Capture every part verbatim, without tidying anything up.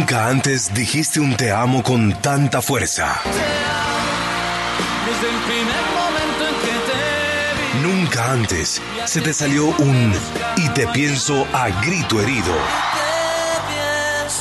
Nunca antes dijiste un te amo con tanta fuerza. Desde el primer momento en que te vi. Nunca antes se te salió un y te pienso a grito herido. Te pienso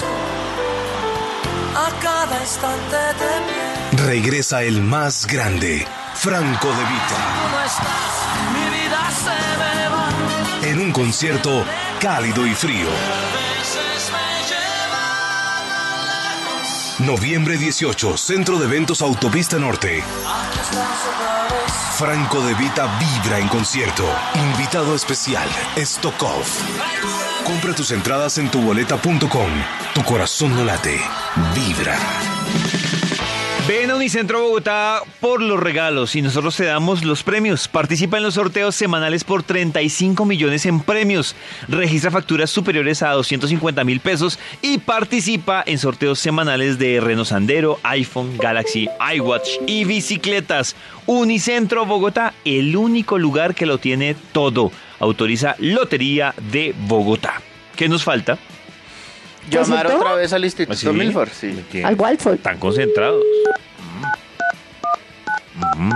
a cada instante de mi. Regresa el más grande, Franco De Vita. Tú no estás, mi vida se me va. En un concierto cálido y frío. A veces me llevan a lejos. Noviembre dieciocho, Centro de Eventos Autopista Norte. Aquí estás otra vez. Franco De Vita vibra en concierto. Invitado especial, Stokov. Compra tus entradas en tuboleta punto com. Tu corazón no late, vibra. Ven a Unicentro Bogotá por los regalos y nosotros te damos los premios. Participa en los sorteos semanales por treinta y cinco millones en premios. Registra facturas superiores a doscientos cincuenta mil pesos y participa en sorteos semanales de Renault Sandero, iPhone, Galaxy, iWatch y bicicletas. Unicentro Bogotá, el único lugar que lo tiene todo. Autoriza Lotería de Bogotá. ¿Qué nos falta? Llamar ¿Resultó? otra vez al Instituto ¿Ah, sí? Milford, sí. Al Walford. Están concentrados. Mm.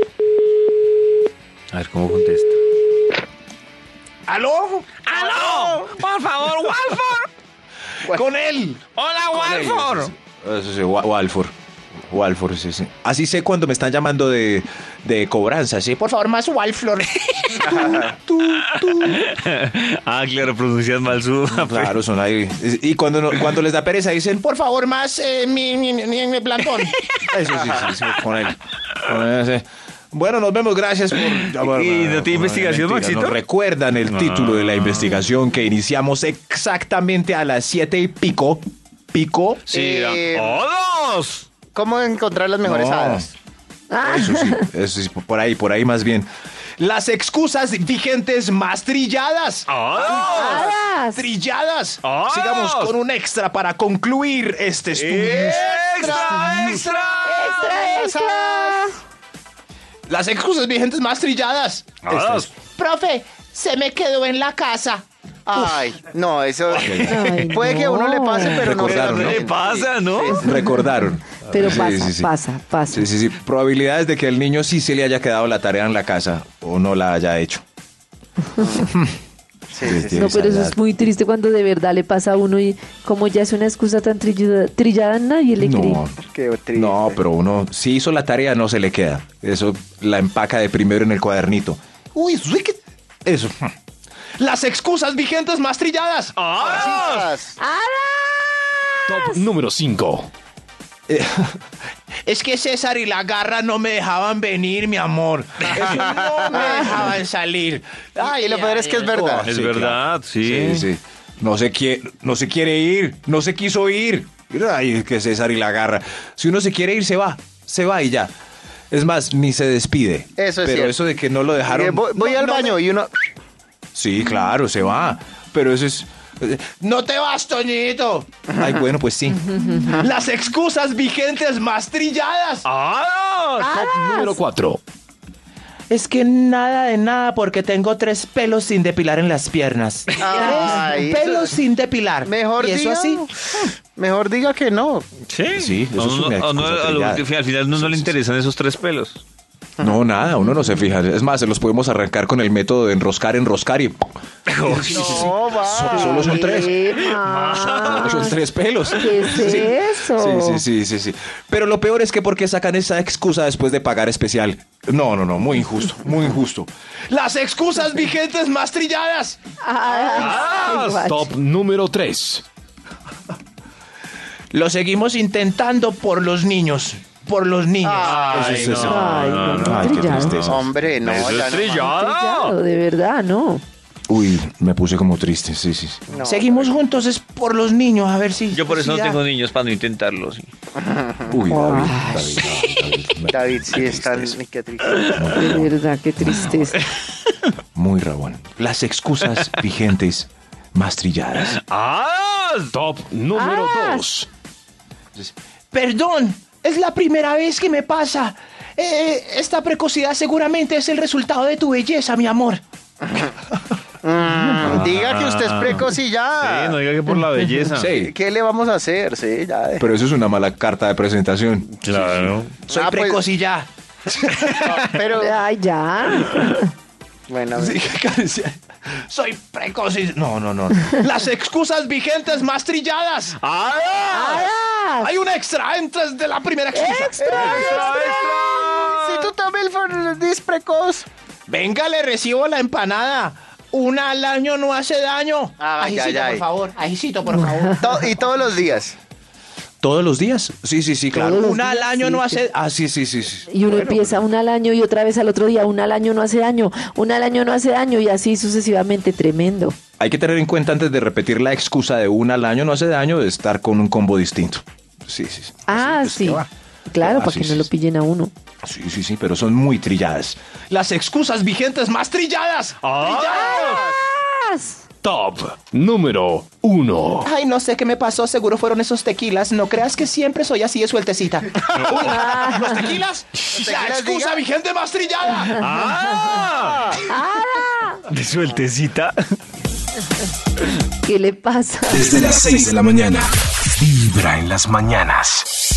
A ver cómo contesta. ¿Aló? ¡Aló! ¡Por favor, Walford! ¡Con él! ¡Hola, Con él, Walford! sí, sí. Eso sí, Wa- Walford. Walford, sí, sí. Así sé cuando me están llamando de, de cobranza, sí. Por favor, más Walford. Tú, tú. Ah, claro, pronuncias mal su... Claro, son ahí. Y cuando, no- cuando les da pereza dicen, por favor, más eh, mi, mi, mi, mi plantón. Eso sí, sí, sí, con él. Con él, sí. Bueno, nos vemos, gracias por... ¿Y no tiene investigación, Maxito? Nos recuerdan el título de la investigación que iniciamos exactamente a las siete y pico. ¿Pico? Sí, Eh, ¡todos! ¿Cómo encontrar las mejores No. hadas? Ah, Eso sí, eso sí, por ahí, por ahí más bien. Las excusas vigentes más trilladas. hadas. Trilladas. ¡Ah! Sigamos con un extra para concluir este estudio. ¡Extra, extra! Extra, extra. Las excusas vigentes más trilladas. ¡Ah! Estas. Profe, se me quedó en la casa. Ay, no, eso Ay, puede que a uno le pase, pero no Recordaron, se ¿no? ¿Qué pasa, no? Recordaron. Pero Sí, pasa, sí, sí. pasa, pasa. Sí, sí, sí. Probabilidades de que el niño sí se le haya quedado la tarea en la casa o no la haya hecho. Sí, sí, sí. No, pero eso es muy triste cuando de verdad le pasa a uno y como ya es una excusa tan trillada, trillada nadie le cree. No, Qué triste. no, pero uno, si hizo la tarea, no se le queda. Eso la empaca de primero en el cuadernito. Uy, Zwicket. Eso. Las excusas vigentes más trilladas. Chicas, Top número cinco. Es que César y la garra no me dejaban venir, mi amor. Eso no me dejaban salir. y lo peor es que es verdad. Es Sí, verdad, sí. Sí, sí. No se quiere, no se quiere ir, no se quiso ir. Ay, es que César y la garra. Si uno se quiere ir, se va, se va y ya. Es más, ni se despide. Eso es Pero cierto. eso de que no lo dejaron. Eh, voy voy No, al no, baño no. y uno... Sí, claro, se va. Pero eso es. ¡No te vas, Toñito! Ay, bueno, pues sí. Las excusas vigentes más trilladas. ¡Ah! Top número cuatro. Es que nada de nada porque tengo tres pelos sin depilar en las piernas. Ay, Tres pelos eso- sin depilar. Mejor ¿Y eso diga, así? Mejor diga que no. Sí, Sí, eso A es uno- una a uno- excusa a lo- trillada. al final no, no le interesan esos tres pelos. No, nada, uno no se fija. Es más, se los podemos arrancar con el método de enroscar, enroscar y... No, va. So- solo son tres. ¿Qué Solo más? son tres pelos. ¿Qué es Sí. eso? Sí, sí, sí, sí, sí. Pero lo peor es que ¿por qué sacan esa excusa después de pagar especial? No, no, no, muy injusto, muy injusto. Las excusas vigentes más trilladas. Ah, igual. Top número tres. Lo seguimos intentando por los niños. Por los niños. Ay, Eso es eso. Ay, no, no, Ay, qué trillado. tristeza. Hombre, no. Eso ya es no más. trillado. Trillado, de verdad, no. Uy, me puse como triste, sí, sí. sí. No. Seguimos juntos es por los niños, a ver si... Yo por eso si no da. tengo niños para no intentarlo. Sí. Uy, David, Ay. David, David, David. David, sí está... Qué triste. De verdad, qué tristeza. Muy rabón. Las excusas vigentes más trilladas. ¡Ah! Top número Ah. dos. Perdón, es la primera vez que me pasa. Eh, esta precocidad seguramente es el resultado de tu belleza, mi amor. Mm, Diga que usted es precoz y ya. Sí, no diga que por la belleza. Sí, ¿Qué le vamos a hacer? Sí, ya. pero eso es una mala carta de presentación. Claro. Soy Ah, pues- precoz y ya. No, pero, Ay, ya. bueno, Sí, Karencita, soy precoz y... No, no, no. Las excusas vigentes más trilladas. ¡Ah! ¡Ah! Hay un extra antes de la primera excusa. si tú también fueras precoz. Venga, le recibo la empanada. Una al año no hace daño. Ay, ay, ay. favor. Ajicito, por favor. To- y todos los días. ¿Todos los días? Sí, sí, sí, claro. Todos los Una al días, año sí, no sí. hace... Ah, sí, sí, sí, sí. Y uno empieza una al año y otra vez al otro día, una al año no hace daño, una al año no hace daño y así sucesivamente, tremendo. Hay que tener en cuenta antes de repetir la excusa de una al año no hace daño de estar con un combo distinto. Sí, sí. sí. Ah, Pues, sí. ¿qué va? Claro, Ah, para sí, que sí, no lo sí. pillen a uno. Sí, sí, sí, pero son muy trilladas. Las excusas vigentes más trilladas. Top número uno. Ay, no sé qué me pasó, seguro fueron esos tequilas. No creas que siempre soy así de sueltecita. Uy, ¿los tequilas? La tequilas, excusa diga? vigente más trillada. ¡Ah! De sueltecita. ¿Qué le pasa? Desde las seis de la mañana. Vibra en las mañanas.